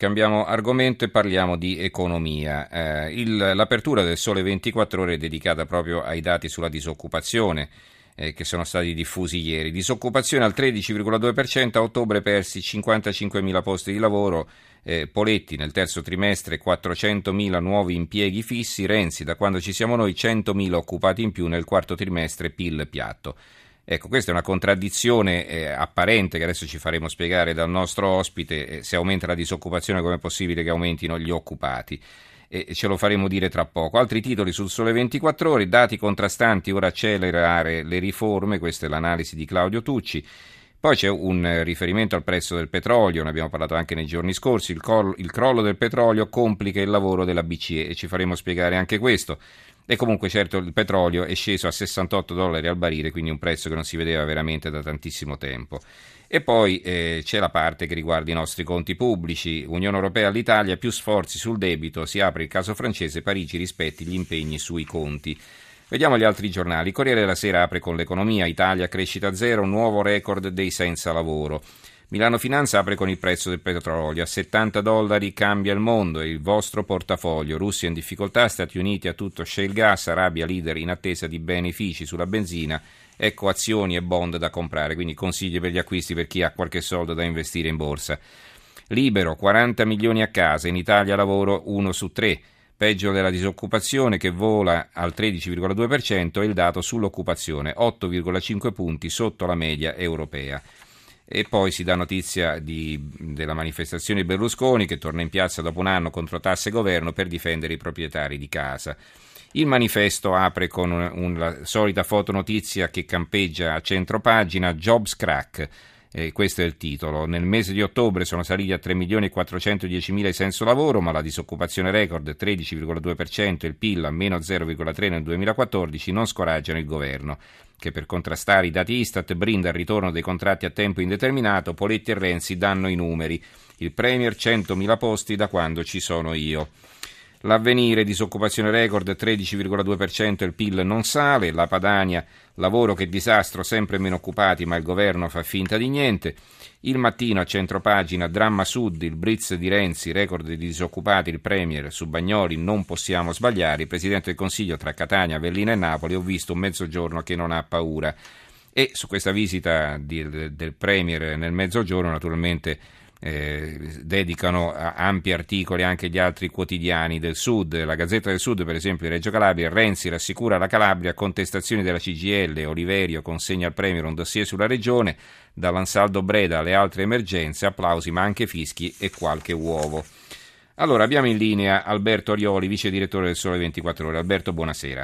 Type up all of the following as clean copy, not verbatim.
Cambiamo argomento e parliamo di economia. L'apertura del Sole 24 Ore è dedicata proprio ai dati sulla disoccupazione che sono stati diffusi ieri. Disoccupazione al 13,2%, a ottobre persi 55.000 posti di lavoro. Poletti nel terzo trimestre 400.000 nuovi impieghi fissi. Renzi, da quando ci siamo noi 100.000 occupati in più, nel quarto trimestre PIL piatto. Ecco, questa è una contraddizione apparente che adesso ci faremo spiegare dal nostro ospite. Se aumenta la disoccupazione, com'è possibile che aumentino gli occupati? E ce lo faremo dire tra poco. Altri titoli sul Sole 24 Ore, dati contrastanti, ora accelerare le riforme, questa è l'analisi di Claudio Tucci. Poi c'è un riferimento al prezzo del petrolio, ne abbiamo parlato anche nei giorni scorsi, il crollo del petrolio complica il lavoro della BCE e ci faremo spiegare anche questo. E comunque certo il petrolio è sceso a $68 al barile, quindi un prezzo che non si vedeva veramente da tantissimo tempo. E poi c'è la parte che riguarda i nostri conti pubblici. Unione Europea all'Italia, più sforzi sul debito, si apre il caso francese, Parigi rispetti gli impegni sui conti. Vediamo gli altri giornali. Corriere della Sera apre con l'economia, Italia crescita zero, nuovo record dei senza lavoro. Milano Finanza apre con il prezzo del petrolio, a $70 cambia il mondo e il vostro portafoglio. Russia in difficoltà, Stati Uniti a tutto shale gas, Arabia leader in attesa di benefici sulla benzina, ecco azioni e bond da comprare, quindi consigli per gli acquisti per chi ha qualche soldo da investire in borsa. Libero, 40 milioni a casa, in Italia lavoro 1 su 3. Peggio della disoccupazione che vola al 13,2% è il dato sull'occupazione, 8,5 punti sotto la media europea. E poi si dà notizia della manifestazione di Berlusconi che torna in piazza dopo un anno contro tasse e governo per difendere i proprietari di casa. Il Manifesto apre con una solita fotonotizia che campeggia a centropagina, Jobs crack. Questo è il titolo. Nel mese di ottobre sono saliti a 3.410.000 i senza lavoro, ma la disoccupazione record 13,2% e il PIL a meno 0,3 nel 2014 non scoraggiano il governo, che per contrastare i dati Istat brinda il ritorno dei contratti a tempo indeterminato. Poletti e Renzi danno i numeri. Il Premier 100.000 posti da quando ci sono io. L'Avvenire, disoccupazione record 13,2% e il PIL non sale. La Padania, lavoro che disastro, sempre meno occupati ma il governo fa finta di niente. Il Mattino a centropagina, dramma Sud, il blitz di Renzi, record di disoccupati, il Premier su Bagnoli, non possiamo sbagliare. Il Presidente del Consiglio tra Catania, Avellino e Napoli, ho visto un mezzogiorno che non ha paura. E su questa visita del Premier nel mezzogiorno naturalmente dedicano ampi articoli anche gli altri quotidiani del Sud. La Gazzetta del Sud, per esempio, di Reggio Calabria, Renzi rassicura la Calabria, contestazioni della CGIL, Oliverio consegna al Premier un dossier sulla regione, dall'Ansaldo Breda alle altre emergenze, applausi ma anche fischi e qualche uovo. Allora abbiamo in linea Alberto Arioli, vice direttore del Sole 24 Ore. Alberto, buonasera.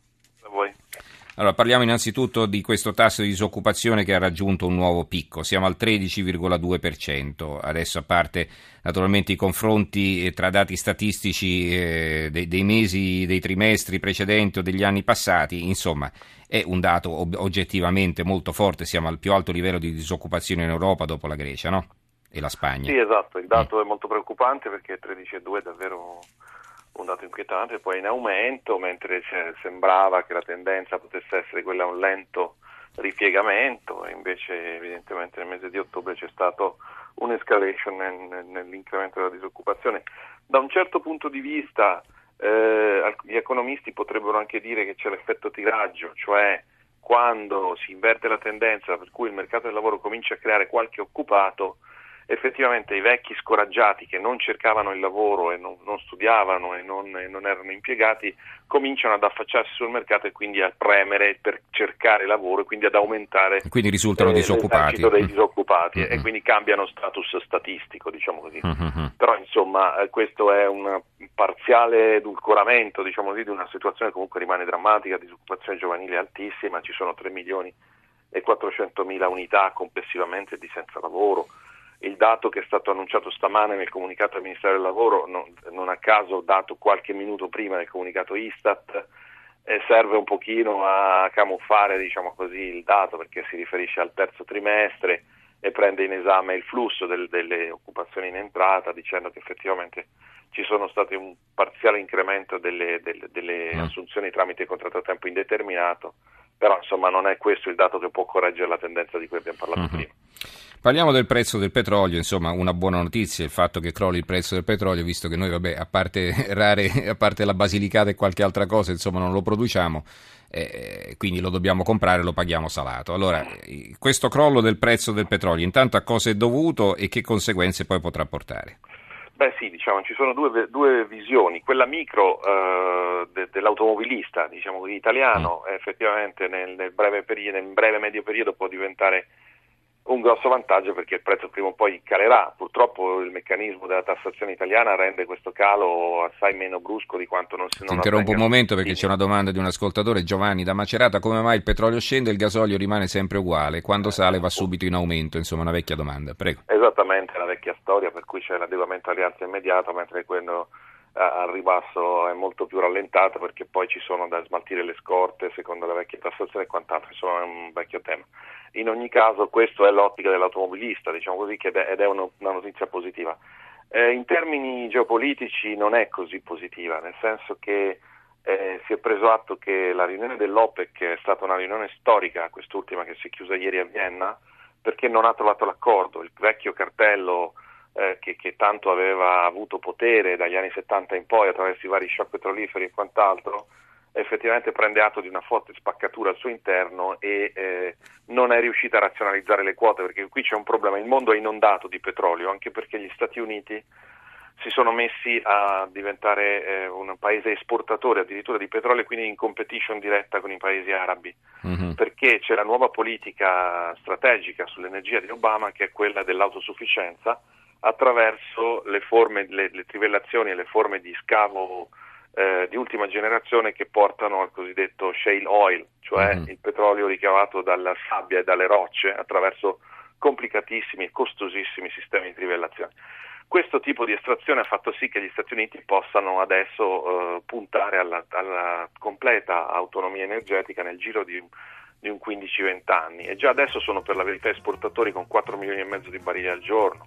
Allora, parliamo innanzitutto di questo tasso di disoccupazione che ha raggiunto un nuovo picco, siamo al 13,2%, adesso a parte naturalmente i confronti tra dati statistici dei mesi, dei trimestri precedenti o degli anni passati, insomma è un dato oggettivamente molto forte, siamo al più alto livello di disoccupazione in Europa dopo la Grecia, no? E la Spagna. Sì, esatto, il dato è molto preoccupante perché 13,2 è davvero un dato inquietante, poi in aumento, mentre sembrava che la tendenza potesse essere quella a un lento ripiegamento, e invece evidentemente nel mese di ottobre c'è stato un'escalation nell'incremento della disoccupazione. Da un certo punto di vista gli economisti potrebbero anche dire che c'è l'effetto tiraggio, cioè quando si inverte la tendenza per cui il mercato del lavoro comincia a creare qualche occupato, effettivamente i vecchi scoraggiati che non cercavano il lavoro e non studiavano e non erano impiegati cominciano ad affacciarsi sul mercato e quindi a premere per cercare lavoro e quindi ad aumentare e quindi risultano disoccupati. Dei disoccupati e quindi cambiano status statistico, diciamo così. Però insomma questo è un parziale edulcoramento, diciamo così, di una situazione che comunque rimane drammatica, disoccupazione giovanile altissima, ci sono 3.400.000 unità complessivamente di senza lavoro. Il dato che è stato annunciato stamane nel comunicato del Ministero del Lavoro, non a caso dato qualche minuto prima del comunicato Istat, serve un pochino a camuffare, diciamo così, il dato perché si riferisce al terzo trimestre e prende in esame il flusso delle occupazioni in entrata, dicendo che effettivamente ci sono stati un parziale incremento delle assunzioni tramite contratto a tempo indeterminato, però insomma non è questo il dato che può correggere la tendenza di cui abbiamo parlato prima. Parliamo del prezzo del petrolio, insomma una buona notizia il fatto che crolli il prezzo del petrolio, visto che noi, vabbè, a parte la Basilicata e qualche altra cosa, insomma non lo produciamo, quindi lo dobbiamo comprare, lo paghiamo salato. Allora, questo crollo del prezzo del petrolio, intanto a cosa è dovuto e che conseguenze poi potrà portare? Beh sì, diciamo, ci sono due visioni, quella micro dell'automobilista, diciamo così, italiano, effettivamente nel breve medio periodo può diventare un grosso vantaggio perché il prezzo prima o poi calerà. Purtroppo il meccanismo della tassazione italiana rende questo calo assai meno brusco di quanto non si Ti interrompo un momento perché c'è una domanda di un ascoltatore, Giovanni da Macerata: come mai il petrolio scende e il gasolio rimane sempre uguale? Quando sale va subito in aumento? Insomma, una vecchia domanda, prego. Esattamente, la vecchia storia per cui c'è l'adeguamento al rialzo immediato, mentre quello al ribasso è molto più rallentato perché poi ci sono da smaltire le scorte secondo la vecchia tassazione e quant'altro, insomma è un vecchio tema. In ogni caso questa è l'ottica dell'automobilista, diciamo così, ed è una notizia positiva. In termini geopolitici non è così positiva, nel senso che si è preso atto che la riunione dell'OPEC è stata una riunione storica, quest'ultima che si è chiusa ieri a Vienna, perché non ha trovato l'accordo. Il vecchio cartello che tanto aveva avuto potere dagli anni 70 in poi attraverso i vari shock petroliferi e quant'altro, effettivamente prende atto di una forte spaccatura al suo interno e non è riuscita a razionalizzare le quote, perché qui c'è un problema: il mondo è inondato di petrolio, anche perché gli Stati Uniti si sono messi a diventare un paese esportatore addirittura di petrolio e quindi in competition diretta con i paesi arabi, perché c'è la nuova politica strategica sull'energia di Obama, che è quella dell'autosufficienza attraverso le trivellazioni e le forme di scavo di ultima generazione che portano al cosiddetto shale oil, cioè il petrolio ricavato dalla sabbia e dalle rocce attraverso complicatissimi e costosissimi sistemi di trivellazione. Questo tipo di estrazione ha fatto sì che gli Stati Uniti possano adesso puntare alla completa autonomia energetica nel giro di un 15-20 anni, e già adesso sono per la verità esportatori con 4 milioni e mezzo di barili al giorno.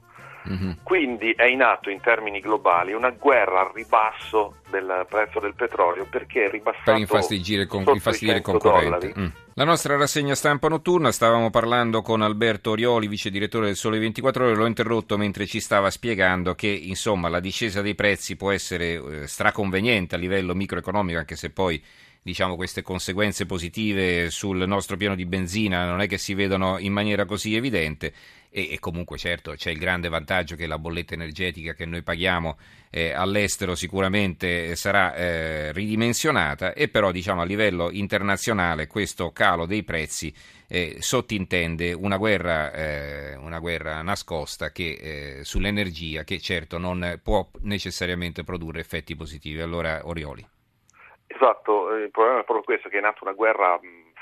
Quindi è in atto in termini globali una guerra al ribasso del prezzo del petrolio, perché è ribassato per infastidire il concorrente. La nostra rassegna stampa notturna, stavamo parlando con Alberto Orioli, vice direttore del Sole 24 Ore, l'ho interrotto mentre ci stava spiegando che insomma la discesa dei prezzi può essere straconveniente a livello microeconomico, anche se poi diciamo queste conseguenze positive sul nostro piano di benzina non è che si vedono in maniera così evidente. E comunque certo c'è il grande vantaggio che la bolletta energetica che noi paghiamo all'estero sicuramente sarà ridimensionata, e però diciamo a livello internazionale questo calo dei prezzi sottintende una guerra nascosta che sull'energia, che certo non può necessariamente produrre effetti positivi. Allora Orioli. Esatto, il problema è proprio questo, che è in atto una guerra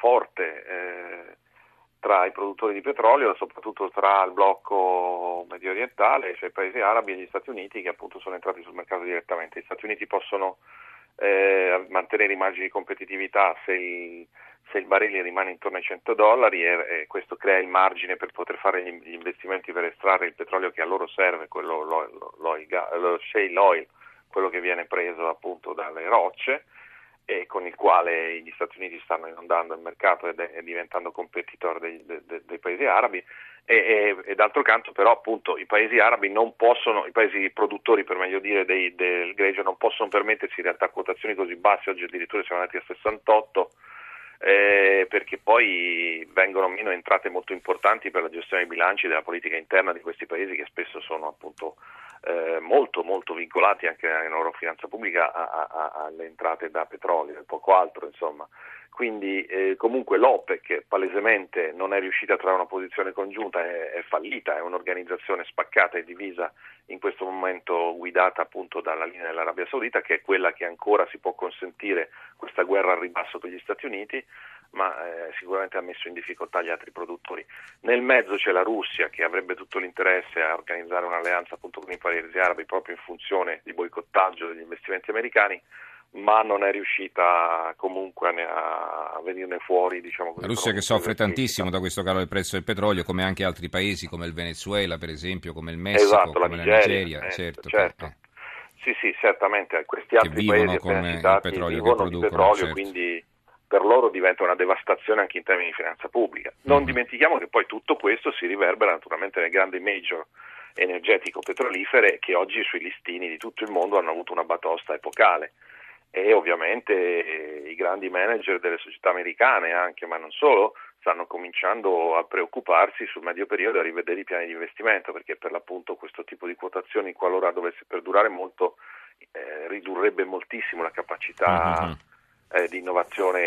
forte tra i produttori di petrolio, soprattutto tra il blocco medio orientale, cioè i paesi arabi, e gli Stati Uniti, che appunto sono entrati sul mercato direttamente. Gli Stati Uniti possono mantenere i margini di competitività se il barile rimane intorno ai $100 e questo crea il margine per poter fare gli investimenti per estrarre il petrolio che a loro serve, lo shale oil, quello che viene preso appunto dalle rocce, e con il quale gli Stati Uniti stanno inondando il mercato e diventando competitor dei paesi arabi, e d'altro canto però appunto i paesi arabi non possono, i paesi produttori per meglio dire del greggio, non possono permettersi in realtà quotazioni così basse. Oggi addirittura siamo andati a 68, perché poi vengono meno entrate molto importanti per la gestione dei bilanci della politica interna di questi paesi, che spesso sono appunto molto molto vincolati anche nella loro finanza pubblica alle entrate da petrolio e poco altro, insomma. Quindi comunque l'OPEC palesemente non è riuscita a trovare una posizione congiunta, è fallita, è un'organizzazione spaccata e divisa in questo momento, guidata appunto dalla linea dell'Arabia Saudita, che è quella che ancora si può consentire questa guerra al ribasso con gli Stati Uniti, ma sicuramente ha messo in difficoltà gli altri produttori. Nel mezzo c'è la Russia, che avrebbe tutto l'interesse a organizzare un'alleanza appunto con i paesi arabi proprio in funzione di boicottaggio degli investimenti americani, ma non è riuscita comunque a venirne fuori, diciamo così. La Russia che soffre tantissimo da questo calo del prezzo del petrolio, come anche altri paesi come il Venezuela per esempio, come il Messico, esatto, come la Nigeria, certo. Sì, certamente questi altri paesi appena citati vivono di petrolio, certo. quindi per loro diventa una devastazione anche in termini di finanza pubblica. Non dimentichiamo che poi tutto questo si riverbera naturalmente nelle grandi major energetico-petrolifere che oggi sui listini di tutto il mondo hanno avuto una batosta epocale, e ovviamente i grandi manager delle società americane anche, ma non solo, stanno cominciando a preoccuparsi sul medio periodo e a rivedere i piani di investimento, perché per l'appunto questo tipo di quotazioni, qualora dovesse perdurare molto, ridurrebbe moltissimo la capacità di innovazione e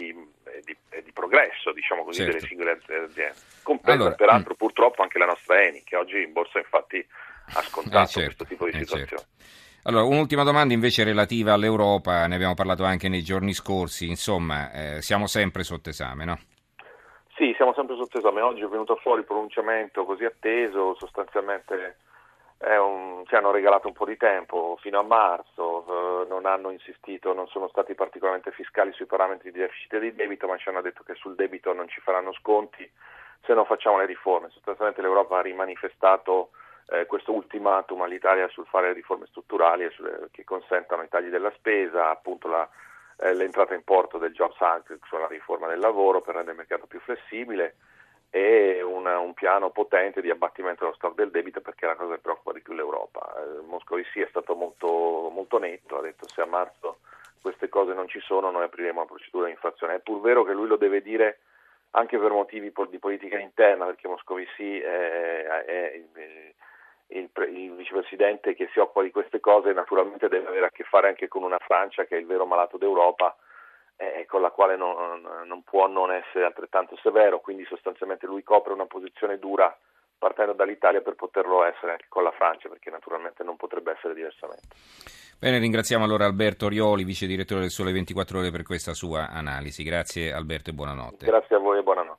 di progresso, diciamo così, certo, delle singole aziende. Compresa peraltro purtroppo anche la nostra Eni, che oggi in borsa infatti ha scontato questo tipo di situazione. Certo. Allora, un'ultima domanda invece relativa all'Europa, ne abbiamo parlato anche nei giorni scorsi, insomma, siamo sempre sotto esame, no? Sì, siamo sempre sotto esame. Oggi è venuto fuori il pronunciamento così atteso, sostanzialmente ci hanno regalato un po' di tempo fino a marzo, non hanno insistito, non sono stati particolarmente fiscali sui parametri di deficit e di debito, ma ci hanno detto che sul debito non ci faranno sconti se non facciamo le riforme. Sostanzialmente l'Europa ha rimanifestato questo ultimatum all'Italia sul fare le riforme strutturali che consentano i tagli della spesa, appunto l'entrata in porto del Jobs Act, cioè la riforma del lavoro per rendere il mercato più flessibile, e un piano potente di abbattimento dello stock del debito, perché è la cosa che preoccupa di più l'Europa. Moscovici è stato molto, molto netto, ha detto se a marzo queste cose non ci sono noi apriremo una procedura di infrazione. È pur vero che lui lo deve dire anche per motivi di politica interna, perché Moscovici è il vicepresidente che si occupa di queste cose, naturalmente deve avere a che fare anche con una Francia che è il vero malato d'Europa, con la quale non può non essere altrettanto severo, quindi sostanzialmente lui copre una posizione dura partendo dall'Italia per poterlo essere anche con la Francia, perché naturalmente non potrebbe essere diversamente. Bene, ringraziamo allora Alberto Rioli, vice direttore del Sole 24 Ore, per questa sua analisi. Grazie Alberto e buonanotte. Grazie a voi e buonanotte.